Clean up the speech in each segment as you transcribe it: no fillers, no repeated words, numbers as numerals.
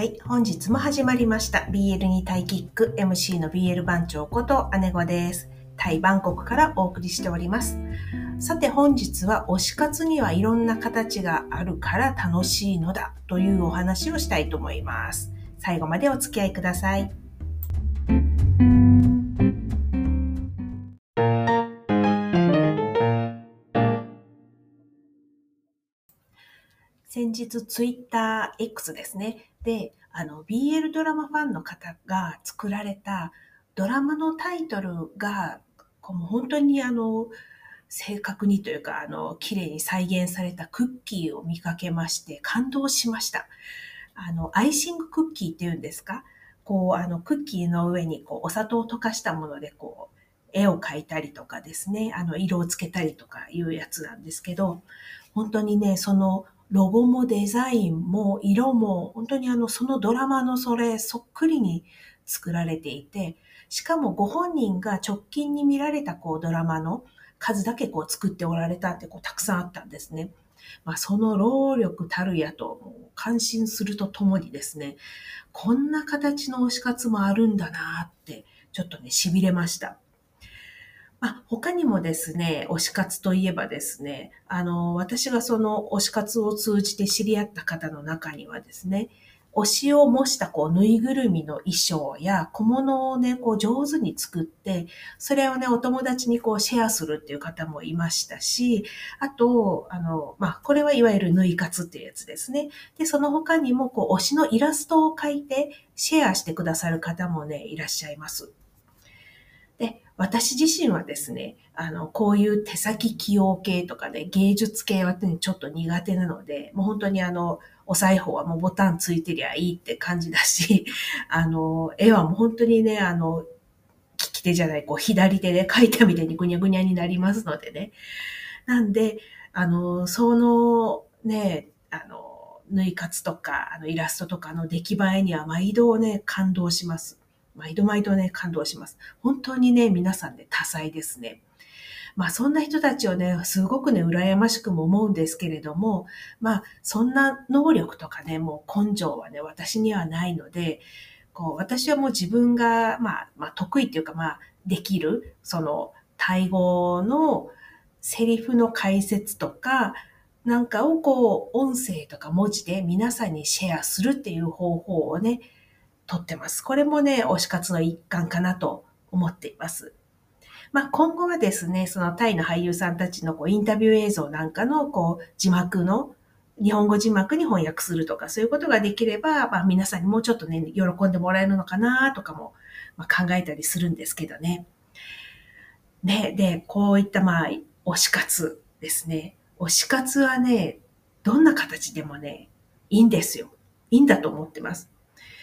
はい、本日も始まりました。BL にタイキック MC の BL 番長こと姉子です。タイバンコクからお送りしております。さて本日は推し活にはいろんな形があるから楽しいのだというお話をしたいと思います。最後までお付き合いください。先日ツイッター X ですね。で、BL ドラマファンの方が作られたドラマのタイトルが、もう本当に正確にというか、綺麗に再現されたクッキーを見かけまして感動しました。アイシングクッキーっていうんですか？クッキーの上にお砂糖を溶かしたもので絵を描いたりとかですね、色をつけたりとかいうやつなんですけど、本当にね、そのロゴもデザインも色も本当にそのドラマのそれそっくりに作られていて、しかもご本人が直近に見られたドラマの数だけ作っておられたってたくさんあったんですね。その労力たるやともう感心するとともにですね、こんな形の推し活もあるんだなってちょっとね、痺れました。他にもですね、推し活といえばですね、私がその推し活を通じて知り合った方の中にはですね、推しを模したぬいぐるみの衣装や小物をね、上手に作って、それをね、お友達にシェアするっていう方もいましたし、あと、これはいわゆる縫い活っていうやつですね。で、その他にも、推しのイラストを描いてシェアしてくださる方もね、いらっしゃいます。で、私自身はですね、こういう手先器用系とかね、芸術系はねちょっと苦手なので、もう本当にお裁縫はもうボタンついてりゃいいって感じだし、絵はもう本当にね、利き手じゃない、左手で描いたみたいにぐにゃぐにゃになりますのでね。なんで、そのね、縫い活とか、イラストとかの出来栄えには毎度ね、感動します。毎度毎度ね、感動します。本当にね、皆さんね、多彩ですね。そんな人たちをね、すごくね、羨ましくも思うんですけれども、そんな能力とかね、もう根性はね、私にはないので、私はもう自分が、得意っていうか、できる、その、タイ語のセリフの解説とか、なんかを音声とか文字で皆さんにシェアするっていう方法をね、とってます。これもね、推し活の一環かなと思っています。今後はですね、そのタイの俳優さんたちのインタビュー映像なんかの字幕の日本語字幕に翻訳するとか、そういうことができれば、皆さんにもうちょっとね、喜んでもらえるのかなとかも、考えたりするんですけどね。で、こういった推し活ですね。推し活はね、どんな形でもね、いいんですよ。いいんだと思ってます。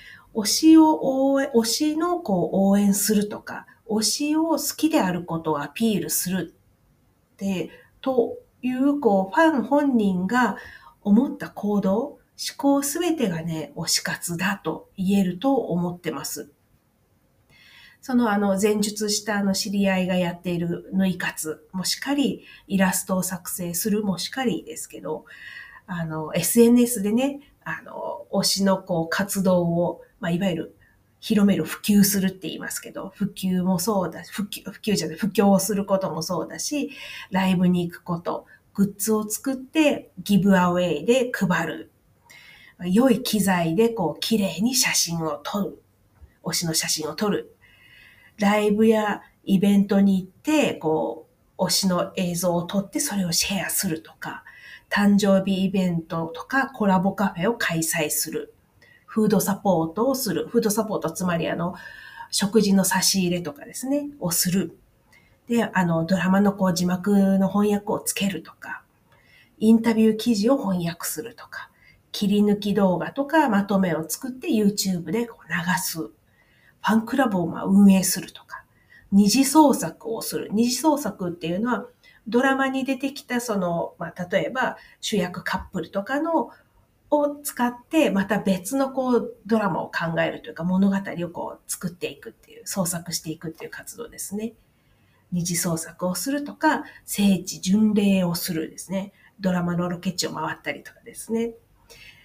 推しの応援するとか、推しを好きであることをアピールするって、というファン本人が思った行動、思考すべてがね、推し活だと言えると思ってます。その前述した知り合いがやっている縫い活もしっかり、イラストを作成するもしっかりですけど、SNS でね、推しの活動を、いわゆる広める、普及するって言いますけど、普及もそうだし、普及じゃない、布教をすることもそうだし、ライブに行くこと、グッズを作ってギブアウェイで配る。良い機材で綺麗に写真を撮る。推しの写真を撮る。ライブやイベントに行って、推しの映像を撮ってそれをシェアするとか、誕生日イベントとかコラボカフェを開催する。フードサポートをする。フードサポート、つまり食事の差し入れとかですね、をする。で、ドラマの字幕の翻訳をつけるとか、インタビュー記事を翻訳するとか、切り抜き動画とかまとめを作って YouTube で流す。ファンクラブを運営するとか、二次創作をする。二次創作っていうのは、ドラマに出てきた例えば主役カップルとかを使って、また別のドラマを考えるというか、物語を作っていくっていう、創作していくっていう活動ですね。二次創作をするとか、聖地巡礼をするですね。ドラマのロケ地を回ったりとかですね。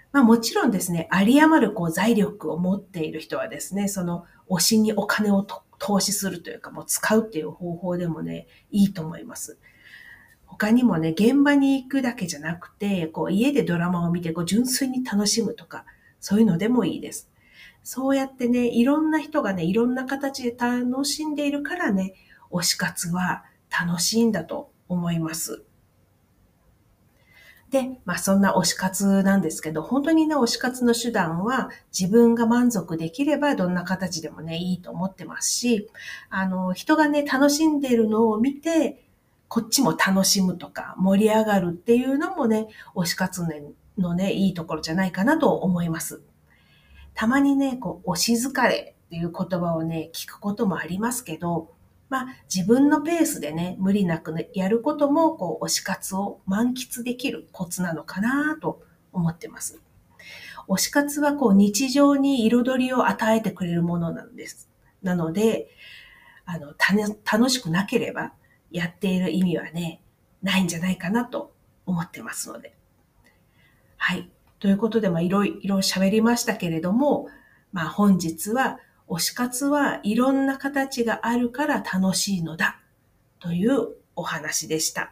もちろんですね、有り余る財力を持っている人はですね、その推しにお金を投資するというか、もう使うっていう方法でもね、いいと思います。他にもね、現場に行くだけじゃなくて、家でドラマを見て純粋に楽しむとか、そういうのでもいいです。そうやってね、いろんな人がね、いろんな形で楽しんでいるからね、推し活は楽しいんだと思います。で、そんな推し活なんですけど、本当にね、推し活の手段は自分が満足できればどんな形でもね、いいと思ってますし、人がね、楽しんでいるのを見て、こっちも楽しむとか盛り上がるっていうのもね、推し活のね、いいところじゃないかなと思います。たまにね、推し疲れっていう言葉をね、聞くこともありますけど、自分のペースでね、無理なくね、やることも、推し活を満喫できるコツなのかなと思ってます。推し活は日常に彩りを与えてくれるものなんです。なので、楽しくなければやっている意味はね、ないんじゃないかなと思ってますので。はい。ということで、いろいろ喋りましたけれども、本日は、推し活はいろんな形があるから楽しいのだというお話でした。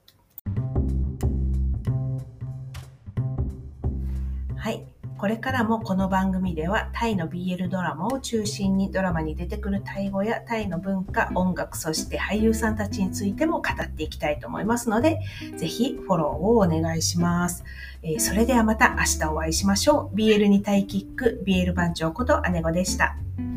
はい。これからもこの番組ではタイの BL ドラマを中心にドラマに出てくるタイ語やタイの文化、音楽、そして俳優さんたちについても語っていきたいと思いますので、ぜひフォローをお願いします。それではまた明日お会いしましょう。BL にタイキック、BL 番長こと姉子でした。